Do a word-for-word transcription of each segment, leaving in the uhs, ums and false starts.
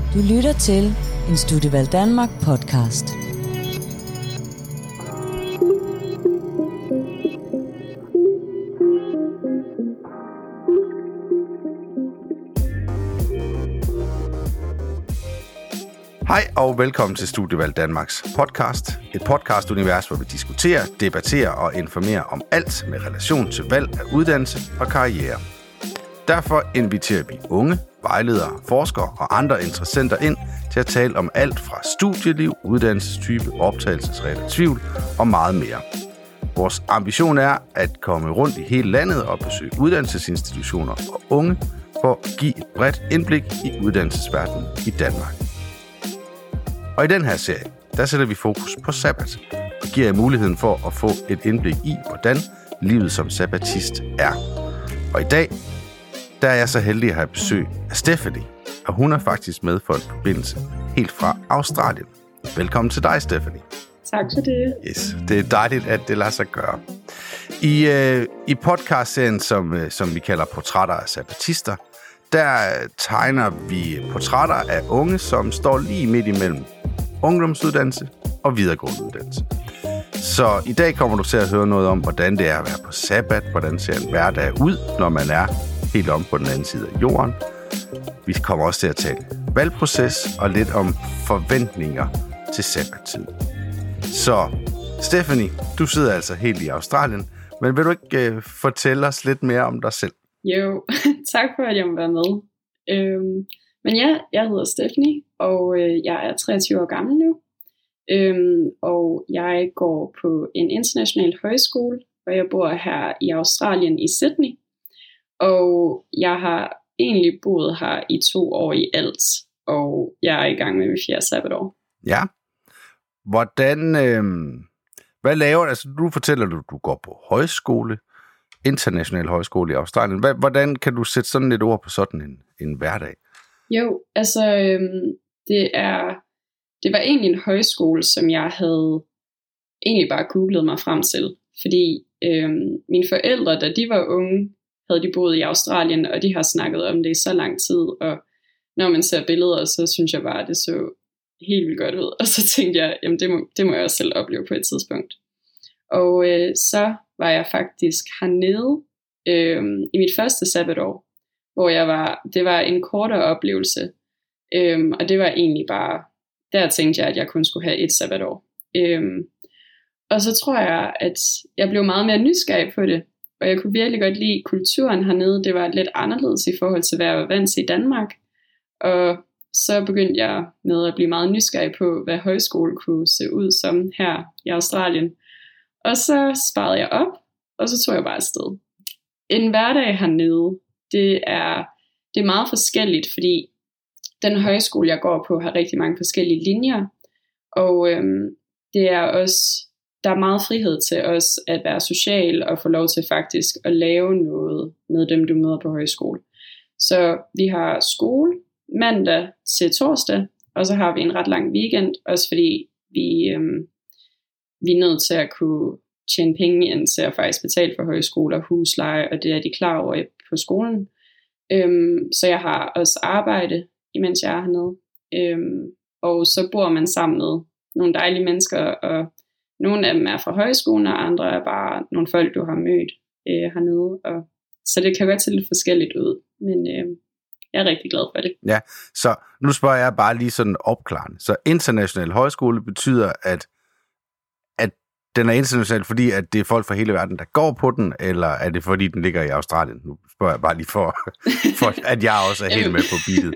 Du lytter til en Studievalg Danmark podcast. Hej og velkommen til Studievalg Danmarks podcast. Et podcast-univers, hvor vi diskuterer, debatterer og informerer om alt med relation til valg af uddannelse og karriere. Derfor inviterer vi unge, vejledere, forskere og andre interessenter ind til at tale om alt fra studieliv, uddannelsestype, optagelsesregler, tvivl og meget mere. Vores ambition er at komme rundt i hele landet og besøge uddannelsesinstitutioner og unge for at give et bredt indblik i uddannelsesverdenen i Danmark. Og i den her serie, der sætter vi fokus på sabbat og giver jer muligheden for at få et indblik i, hvordan livet som sabbatist er. Og i dag, der er jeg så heldig at have besøg af Stephanie, og hun er faktisk med for en forbindelse helt fra Australien. Velkommen til dig, Stephanie. Tak for det. Yes, det er dejligt, at det lader sig gøre. I, øh, i podcastserien, som, øh, som vi kalder Portrætter af Sabbatister, der tegner vi portrætter af unge, som står lige midt imellem ungdomsuddannelse og videregående uddannelse. Så i dag kommer du til at høre noget om, hvordan det er at være på sabbat, hvordan ser en hverdag ud, når man er helt om på den anden side af jorden. Vi kommer også til at tale valgproces og lidt om forventninger til sabbattid. Så Stephanie, du sidder altså helt i Australien, men vil du ikke uh, fortælle os lidt mere om dig selv? Jo, tak for at jeg må være med. Øhm, men ja, jeg hedder Stephanie, og øh, jeg er treogtyve år gammel nu. Øhm, og jeg går på en international højskole, og jeg bor her i Australien i Sydney. Og jeg har egentlig boet her i to år i alt, og jeg er i gang med mit fjerde sabbatår. Ja. Hvordan, øh, hvad laver du? Altså, nu fortæller du, at du går på højskole, international højskole i Australien. Hvordan kan du sætte sådan et ord på sådan en, en hverdag? Jo, altså øhm, det er det var egentlig en højskole, som jeg havde egentlig bare googlet mig frem til, fordi øhm, mine forældre, da de var unge, havde de boet i Australien, og de har snakket om det i så lang tid, og når man ser billeder, så synes jeg bare, at det så helt vildt godt ud, og så tænkte jeg, jamen det må, det må jeg også selv opleve på et tidspunkt. Og øh, så var jeg faktisk hernede øh, i mit første sabbatår, hvor jeg var, det var en kortere oplevelse, øh, og det var egentlig bare, der tænkte jeg, at jeg kun skulle have et sabbatår. Øh, og så tror jeg, at jeg blev meget mere nysgerrig på det, og jeg kunne virkelig godt lide kulturen hernede. Det var lidt anderledes i forhold til, hvad jeg var vant til i Danmark, og så begyndte jeg med at blive meget nysgerrig på, hvad højskole kunne se ud som her i Australien. Og så sparede jeg op, og så tog jeg bare afsted. En hverdag hernede, det er, det er meget forskelligt, fordi den højskole, jeg går på, har rigtig mange forskellige linjer. Og øhm, det er også, der er meget frihed til os at være social og få lov til faktisk at lave noget med dem, du møder på højskole. Så vi har skole mandag til torsdag, og så har vi en ret lang weekend, også fordi vi... Øhm, Vi er nødt til at kunne tjene penge ind til at faktisk betale for højskoler, husleje, og det er de klar over på skolen. Øhm, så jeg har også arbejde, imens jeg er hernede. Øhm, og så bor man sammen med nogle dejlige mennesker, og nogle af dem er fra højskolen, og andre er bare nogle folk, du har mødt øh, hernede. Og, så det kan godt se lidt forskelligt ud, men øh, jeg er rigtig glad for det. Ja, så nu spørger jeg bare lige sådan opklarende. Så international højskole betyder, at den er international, fordi at det er folk fra hele verden, der går på den, eller er det fordi, den ligger i Australien? Nu spørger jeg bare lige for, for at jeg også er helt med på beatet.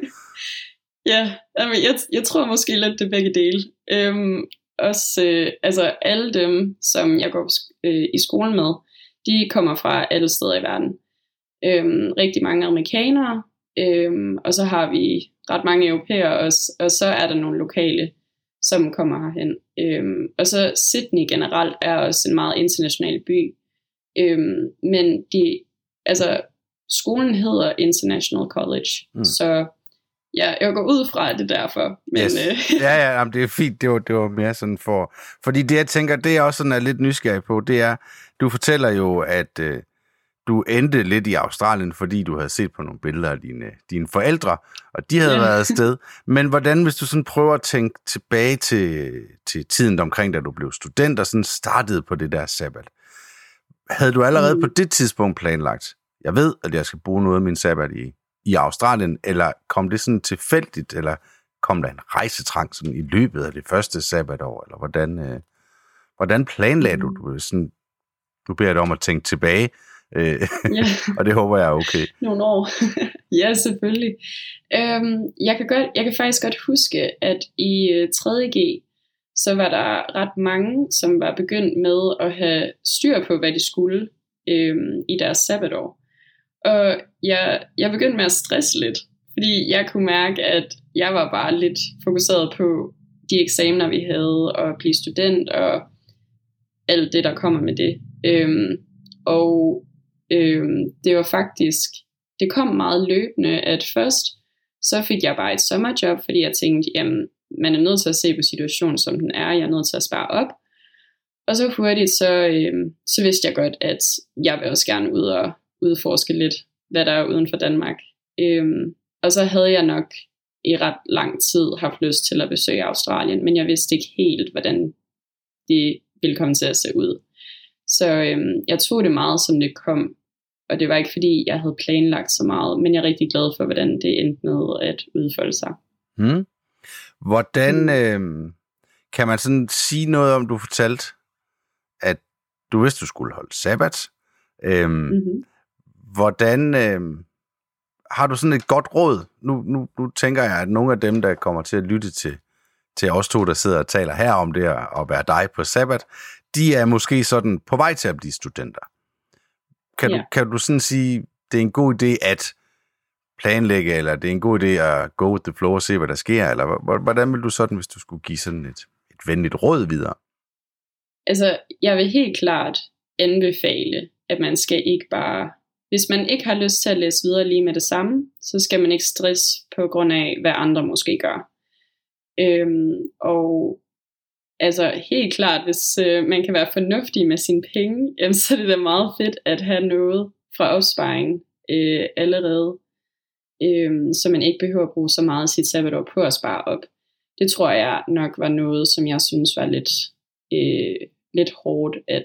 Ja, jeg, jeg tror måske lidt det begge dele. Øhm, også, øh, altså alle dem, som jeg går øh, i skolen med, de kommer fra alle steder i verden. Øhm, rigtig mange amerikanere, øhm, og så har vi ret mange europæere også, og så er der nogle lokale, som kommer herhen. Øhm, og så Sydney generelt er også en meget international by. Øhm, men de, altså, skolen hedder International College, mm. så ja, jeg går ud fra det derfor. Men, yes. øh, ja, ja, jamen, det er fint. Det var, det var mere sådan for... Fordi det, jeg tænker, det er også sådan, er lidt nysgerrig på, det er, du fortæller jo, at øh, du endte lidt i Australien, fordi du havde set på nogle billeder af dine, dine forældre, og de havde yeah. været afsted. Men hvordan, hvis du sådan prøver at tænke tilbage til, til tiden omkring, da du blev student og sådan startede på det der sabbat, havde du allerede mm. på det tidspunkt planlagt, jeg ved, at jeg skal bruge noget af min sabbat i, i Australien, eller kom det sådan tilfældigt, eller kom der en rejsetrang sådan i løbet af det første sabbatår, eller hvordan, øh, hvordan planlagde du, du sådan, du beder dig om at tænke tilbage, øh, ja. Og det håber jeg er okay. Nogle år. Ja, selvfølgelig. Øhm, jeg, kan godt, jeg kan faktisk godt huske, at i tredje G, så var der ret mange, som var begyndt med at have styr på, hvad de skulle øhm, i deres sabbatår. Og jeg, jeg begyndte med at stresse lidt, fordi jeg kunne mærke, at jeg var bare lidt fokuseret på de eksamener, vi havde, og blive student, og alt det, der kommer med det. Øhm, og øhm, det var faktisk, det kom meget løbende, at først, så fik jeg bare et sommerjob, fordi jeg tænkte, jamen, man er nødt til at se på situationen, som den er, jeg er nødt til at spare op. Og så hurtigt, så, øhm, så vidste jeg godt, at jeg vil også gerne ud og udforske lidt, hvad der er uden for Danmark. Øhm, og så havde jeg nok i ret lang tid haft lyst til at besøge Australien, men jeg vidste ikke helt, hvordan det ville komme til at se ud. Så øhm, jeg tog det meget, som det kom, og det var ikke fordi, jeg havde planlagt så meget, men jeg er rigtig glad for, hvordan det endte med at udfolde sig. Hmm. Hvordan mm. øh, kan man sådan sige noget om, du fortalte, at du vidste, du skulle holde sabbat. Øhm, mm-hmm. Hvordan øh, har du sådan et godt råd? Nu, nu, nu tænker jeg, at nogle af dem, der kommer til at lytte til, til os to, der sidder og taler her om det at være dig på sabbat, de er måske sådan på vej til at blive studenter. Kan, ja. du, kan du sådan sige, det er en god idé at planlægge, eller det er en god idé at go with the flow og se, hvad der sker, eller hvordan vil du sådan, hvis du skulle give sådan et, et venligt råd videre? Altså, jeg vil helt klart anbefale, at man skal ikke bare, hvis man ikke har lyst til at læse videre lige med det samme, så skal man ikke stresse på grund af, hvad andre måske gør. Øhm, og altså helt klart, hvis øh, man kan være fornuftig med sine penge, jamen, så er det da meget fedt at have noget fra opsparing øh, allerede, øh, så man ikke behøver at bruge så meget af sit sabbatår på at spare op. Det tror jeg nok var noget, som jeg synes var lidt, øh, lidt hårdt, at,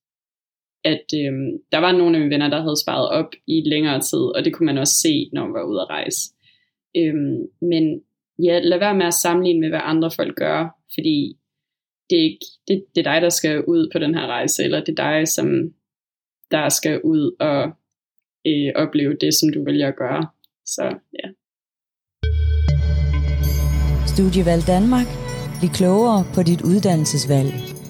at øh, der var nogle af mine venner, der havde sparet op i længere tid, og det kunne man også se, når man var ude at rejse. Øh, men ja, lad være med at sammenligne med, hvad andre folk gør, fordi det er, ikke, det, det er dig, der skal ud på den her rejse, eller det er dig, som der skal ud og øh, opleve det, som du vælger at gøre. Så ja. Studievalg Danmark. Bliv klogere på dit uddannelsesvalg.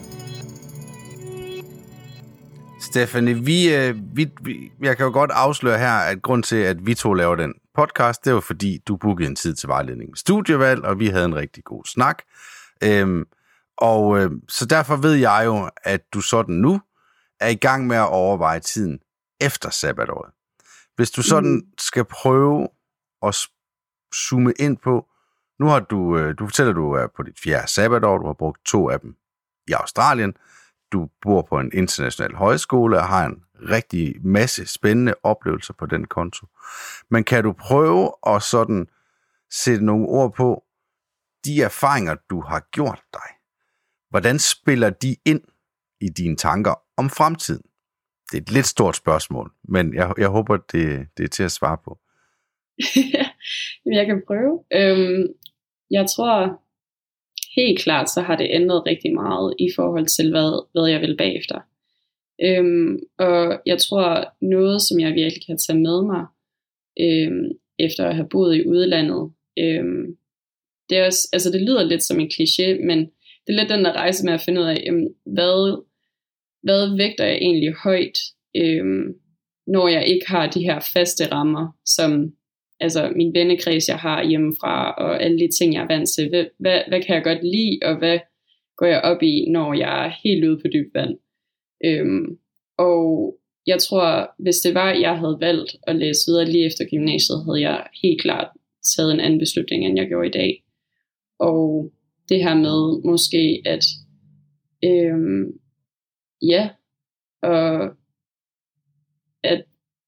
Stephanie, vi, vi, vi, jeg kan jo godt afsløre her, at grund til, at vi to laver den podcast, det var fordi, du bookede en tid til vejledning med studievalg, og vi havde en rigtig god snak. Øhm, og øh, så derfor ved jeg jo, at du sådan nu er i gang med at overveje tiden efter sabbatåret. Hvis du sådan mm. skal prøve at zoome ind på, nu har du, øh, du fortæller, at du er på dit fjerde sabbatår, du har brugt to af dem i Australien, du bor på en international højskole og har en rigtig masse spændende oplevelser på den konto. Men kan du prøve at sådan sætte nogle ord på de erfaringer, du har gjort dig? Hvordan spiller de ind i dine tanker om fremtiden? Det er et lidt stort spørgsmål, men jeg, jeg håber, det, det er til at svare på. Jeg kan prøve. Øhm, jeg tror helt klart, så har det ændret rigtig meget i forhold til, hvad, hvad jeg vil bagefter. Øhm, og jeg tror, noget, som jeg virkelig kan tage med mig, øhm, efter at have boet i udlandet, øhm, det er også, altså det lyder lidt som en kliché, men det er lidt den der rejse med at finde ud af, øhm, hvad, hvad vægter jeg egentlig højt, øhm, når jeg ikke har de her faste rammer, som altså min vennekreds, jeg har hjemmefra, og alle de ting, jeg er vant til. Hvad, hvad, hvad kan jeg godt lide, og hvad går jeg op i, når jeg er helt ude på dybt vand? Øhm, og jeg tror, hvis det var, jeg havde valgt at læse videre lige efter gymnasiet, havde jeg helt klart taget en anden beslutning, end jeg gjorde i dag. Og det her med måske, at øhm, ja, og at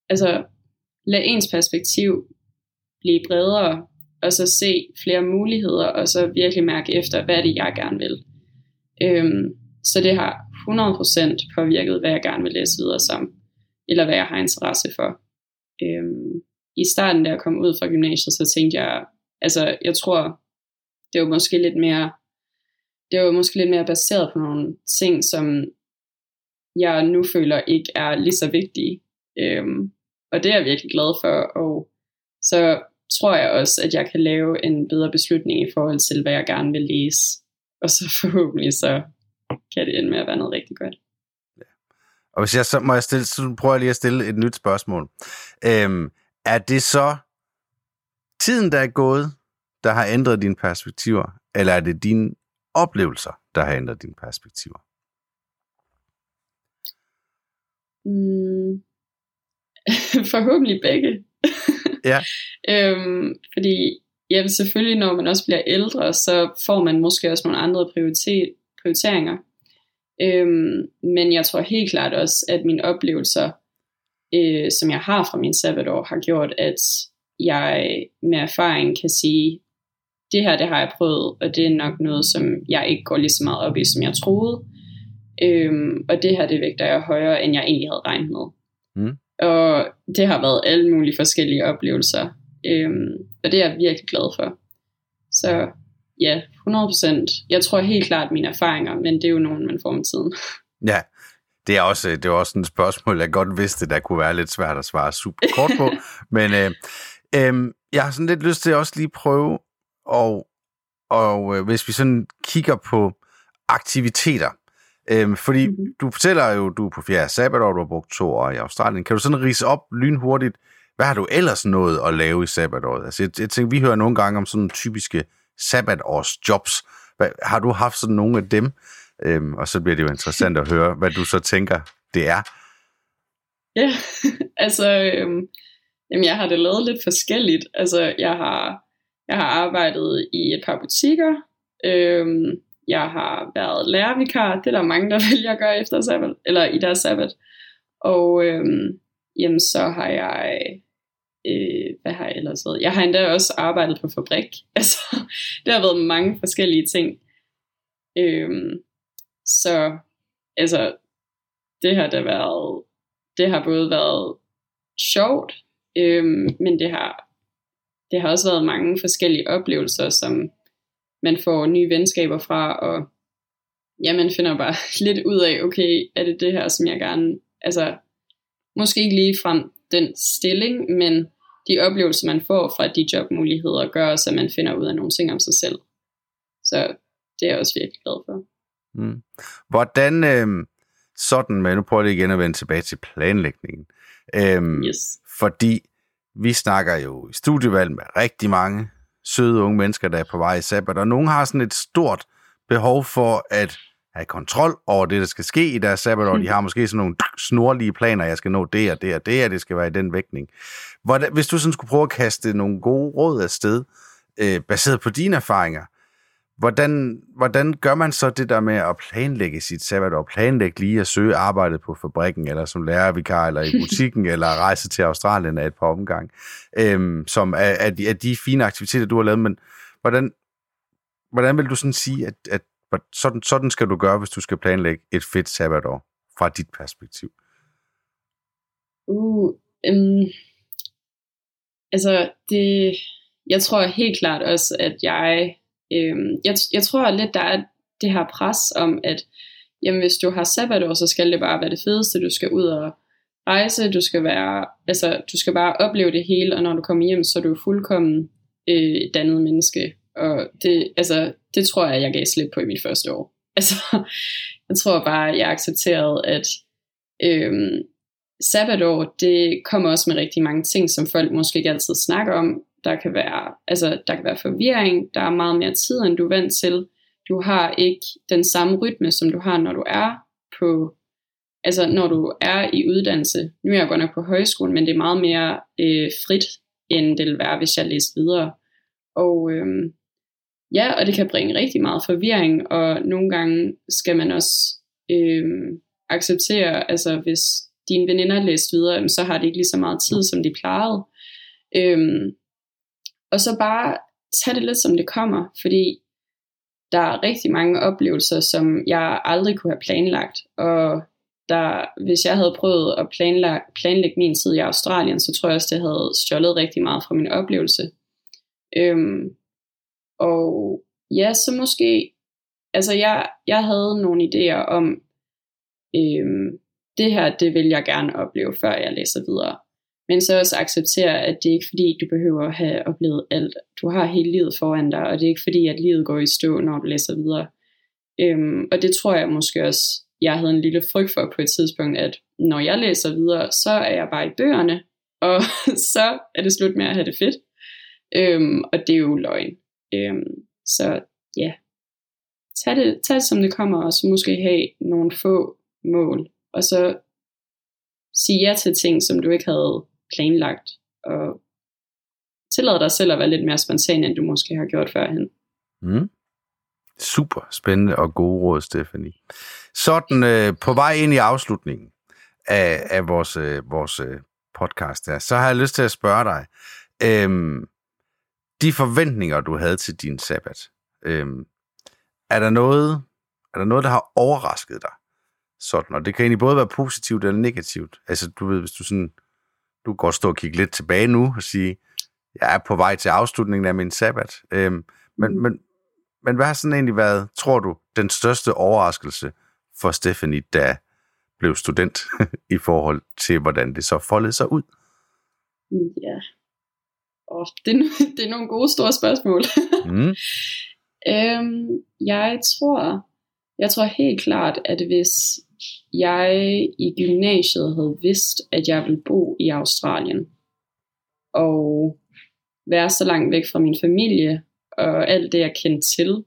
altså lad ens perspektiv blive bredere, og så se flere muligheder, og så virkelig mærke efter, hvad er det, jeg gerne vil. Øhm, så det har hundrede procent påvirket, hvad jeg gerne vil læse videre som, eller hvad jeg har interesse for. Øhm, I starten, da jeg kom ud fra gymnasiet, så tænkte jeg, altså jeg tror, det var måske lidt mere, det var måske lidt mere baseret på nogle ting, som jeg nu føler ikke er lige så vigtige. Øhm, og det er jeg virkelig glad for, og så tror jeg også, at jeg kan lave en bedre beslutning i forhold til, hvad jeg gerne vil læse. Og så forhåbentlig, så kan det ende med at være noget rigtig godt. Ja. Og hvis jeg så må jeg stille, så prøver jeg lige at stille et nyt spørgsmål. Øhm, er det så tiden, der er gået, der har ændret dine perspektiver, eller er det dine oplevelser, der har ændret dine perspektiver? Mm. Forhåbentlig begge. Ja. øhm, fordi ja, selvfølgelig når man også bliver ældre, så får man måske også nogle andre prioritet, prioriteringer. Øhm, men jeg tror helt klart også, at mine oplevelser, øh, som jeg har fra min sabbatår, har gjort, at jeg med erfaring kan sige, det her, det har jeg prøvet, og det er nok noget, som jeg ikke går lige så meget op i, som jeg troede. Øhm, og det her, det vægter jeg højere, end jeg egentlig havde regnet med. Mm. Og det har været alle mulige forskellige oplevelser. Øhm, og det er jeg virkelig glad for. Så ja, hundrede procent. Jeg tror helt klart mine erfaringer, men det er jo nogen, man får med tiden. Ja, det er også, det er også et spørgsmål, jeg godt vidste, der kunne være lidt svært at svare super kort på. men øh, øh, jeg har sådan lidt lyst til at også lige prøve, og, og øh, hvis vi sådan kigger på aktiviteter, Øhm, fordi mm-hmm. du fortæller jo, du er på fjerde sabbatår, du har brugt to år i Australien. Kan du sådan ridse op lynhurtigt, hvad har du ellers nået at lave i sabbatåret? Altså, jeg, jeg tænker, vi hører nogle gange om sådan typiske sabbatårs jobs. Hvad, har du haft sådan nogle af dem? Øhm, og så bliver det jo interessant at høre, hvad du så tænker, det er. Ja, altså, øhm, jamen, jeg har det lavet lidt forskelligt. Altså, jeg har, jeg har arbejdet i et par butikker, øhm, jeg har været lærervikar, det er der mange, der vælger at gøre efter sabbat, eller i deres sabbat. Og øhm, jamen, så har jeg, øh, hvad har jeg ellers været? Jeg har endda også arbejdet på fabrik. Altså, det har været mange forskellige ting. Øhm, så, altså, det har da været, det har både været sjovt, øhm, men det har, det har også været mange forskellige oplevelser, som man får nye venskaber fra, og ja, man finder bare lidt ud af, okay, er det det her, som jeg gerne, altså, måske ikke lige frem den stilling, men de oplevelser, man får fra de jobmuligheder, gør også, at man finder ud af nogle ting om sig selv. Så det er jeg også virkelig glad for. Mm. Hvordan, øh, sådan med, nu prøver jeg igen at vende tilbage til planlægningen, øh, yes. fordi vi snakker jo i studievalg med rigtig mange søde unge mennesker, der er på vej i sabbat, og nogle har sådan et stort behov for at have kontrol over det, der skal ske i deres sabbat, og de har måske sådan nogle snorlige planer, jeg skal nå det og det og det, og det skal være i den vægtning. Hvordan, hvis du sådan skulle prøve at kaste nogle gode råd afsted, øh, baseret på dine erfaringer, hvordan, hvordan gør man så det der med at planlægge sit sabbat, og planlægge lige at søge arbejdet på fabrikken, eller som lærervikar, eller i butikken, eller rejse til Australien af et par omgang, øhm, som er, er, de, er de fine aktiviteter, du har lavet, men hvordan, hvordan vil du sådan sige, at, at sådan, sådan skal du gøre, hvis du skal planlægge et fedt sabbatår fra dit perspektiv? Uh, um, altså, det, jeg tror helt klart også, at jeg Øhm, jeg, jeg tror lidt, der er det her pres om, at jamen, hvis du har sabbatår, så skal det bare være det fedeste. Du skal ud og rejse, du skal være, altså, du skal bare opleve det hele, og når du kommer hjem, så er du fuldkommen øh, dannet menneske. Og det, altså, det tror jeg, jeg gav slip på i mit første år. Altså, jeg tror bare, jeg accepterede, at øhm, sabbatår, det kommer også med rigtig mange ting, som folk måske ikke altid snakker om. Der kan være, altså, der kan være forvirring, der er meget mere tid, end du er vant til. Du har ikke den samme rytme, som du har, når du er på, altså når du er i uddannelse. Nu er jeg godt nok på højskole, men det er meget mere øh, frit, end det vil være, hvis jeg læser videre. Og øh, ja, og det kan bringe rigtig meget forvirring, og nogle gange skal man også øh, acceptere, altså hvis dine veninder læst videre, så har de ikke lige så meget tid, som de plejede. Øhm, og så bare tage det lidt, som det kommer, fordi der er rigtig mange oplevelser, som jeg aldrig kunne have planlagt, og der, hvis jeg havde prøvet at planlægge, planlægge min tid i Australien, så tror jeg også, det havde stjålet rigtig meget fra min oplevelse. Øhm, og ja, så måske, altså jeg, jeg havde nogle idéer om, øhm, det her, det vil jeg gerne opleve, før jeg læser videre. Men så også acceptere, at det er ikke fordi, du behøver at have oplevet alt. Du har hele livet foran dig, og det er ikke fordi, at livet går i stå, når du læser videre. Øhm, og det tror jeg måske også, jeg havde en lille frygt for på et tidspunkt, at når jeg læser videre, så er jeg bare i bøgerne, og så er det slut med at have det fedt. Øhm, og det er jo løgn. Øhm, så ja, tag det, tag det som det kommer, og så måske have nogle få mål, og så sige ja til ting, som du ikke havde planlagt, og tillade dig selv at være lidt mere spontan, end du måske har gjort førhen. Mm. Super spændende og gode råd, Stephanie. Sådan øh, på vej ind i afslutningen af, af vores, øh, vores øh, podcast der, så har jeg lyst til at spørge dig, øh, de forventninger, du havde til din sabbat, øh, er der noget, er der noget, der har overrasket dig? Sådan, og det kan egentlig både være positivt eller negativt. Altså, du ved, hvis du sådan, du kan godt stå og kigge lidt tilbage nu og sige, jeg er på vej til afslutningen af min sabbat. Øh, men, men Men hvad har sådan egentlig været, tror du, den største overraskelse for Stephanie, der blev student, i forhold til, hvordan det så foldede sig ud? Ja, oh, det, er, det er nogle gode store spørgsmål. mm. øhm, jeg tror, jeg tror helt klart, at hvis jeg i gymnasiet havde vidst, at jeg ville bo i Australien, og være så langt væk fra min familie, og alt det, jeg kendte til.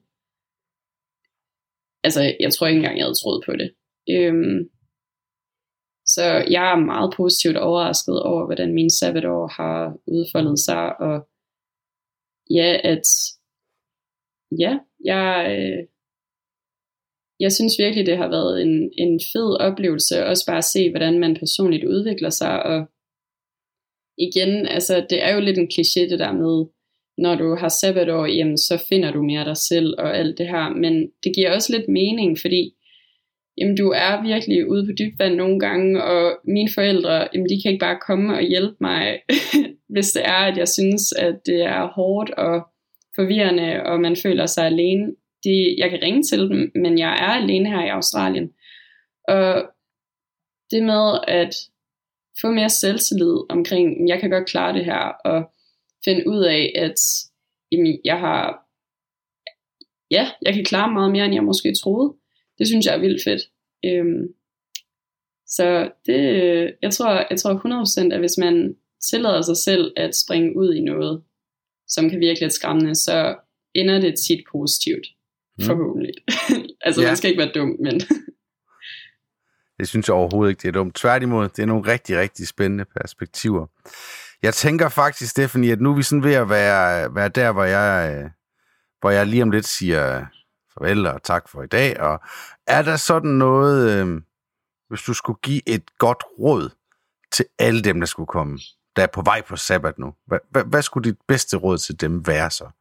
Altså, jeg tror ikke engang, jeg havde troet på det. Øhm, så jeg er meget positivt overrasket over, hvordan min sabbatår har udfoldet sig, og ja, at ja, jeg, øh, jeg synes virkelig, det har været en, en fed oplevelse, også bare at se, hvordan man personligt udvikler sig, og igen, altså, det er jo lidt en kliché, det der med, når du har sabbatår, jamen, så finder du mere dig selv og alt det her. Men det giver også lidt mening, fordi jamen, du er virkelig ude på dybt vand nogle gange, og mine forældre, jamen, de kan ikke bare komme og hjælpe mig, hvis det er, at jeg synes, at det er hårdt og forvirrende, og man føler sig alene. De, jeg kan ringe til dem, men jeg er alene her i Australien. Og det med at få mere selvtillid omkring, jeg kan godt klare det her, og finde ud af, at jamen, jeg har, ja, jeg kan klare meget mere, end jeg måske troede. Det synes jeg er vildt fedt. Øhm, så det, jeg tror, jeg tror hundrede procent, at hvis man tillader sig selv at springe ud i noget, som kan virke lidt skræmmende, så ender det tit positivt. Mm. Forhåbentlig. altså, ja. Man skal ikke være dum, men... Det synes jeg overhovedet ikke, det er dumt. Tværtimod, det er nogle rigtig, rigtig spændende perspektiver. Jeg tænker faktisk, Stephanie, at nu er vi sådan ved at være, være der, hvor jeg, hvor jeg lige om lidt siger farvel og tak for i dag. Og er der sådan noget, øh, hvis du skulle give et godt råd til alle dem, der skulle komme, der er på vej på sabbat nu? Hvad, hvad, hvad skulle dit bedste råd til dem være så?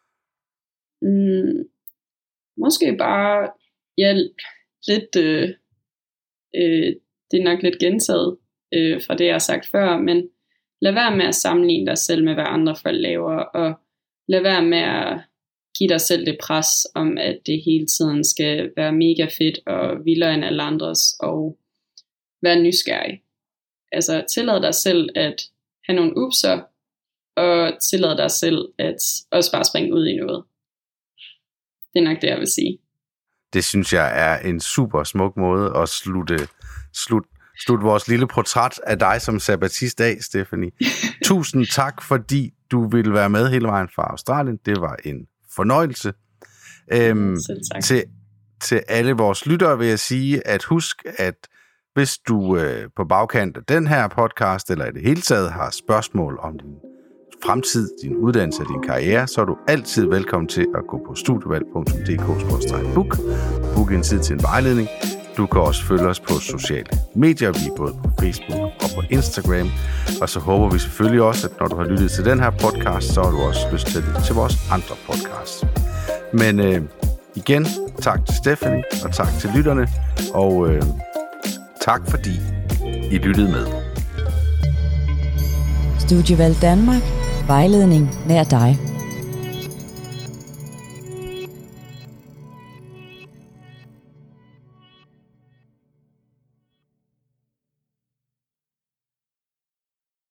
Mm, måske bare ja, lidt, øh, øh, det er nok lidt gentaget øh, fra det, jeg har sagt før, men lad være med at sammenligne dig selv med, hvad andre folk laver, og lad være med at give dig selv det pres om, at det hele tiden skal være mega fedt og vildere end alle andres, og være nysgerrig. Altså tillad dig selv at have nogle upser, og tillad dig selv at også bare springe ud i noget. Det er nok det, jeg vil sige. Det synes jeg er en super smuk måde at slutte, slutte Slut vores lille portræt af dig som sabbatist af, Stephanie. Tusind tak, fordi du ville være med hele vejen fra Australien. Det var en fornøjelse. Øhm, til, til alle vores lyttere vil jeg sige, at husk, at hvis du øh, på bagkant af den her podcast, eller i det hele taget har spørgsmål om din fremtid, din uddannelse og din karriere, så er du altid velkommen til at gå på studievalg punktum d k skråstreg book. Book en tid til en vejledning. du kan også følge os på sociale medier. Vi er både på Facebook og på Instagram. Og så håber vi selvfølgelig også, at når du har lyttet til den her podcast, så har du også lyst til at lytte til vores andre podcasts. Men øh, igen, tak til Stephanie, og tak til lytterne. Og øh, tak fordi I lyttede med. Studievalg Danmark. Vejledning nær dig.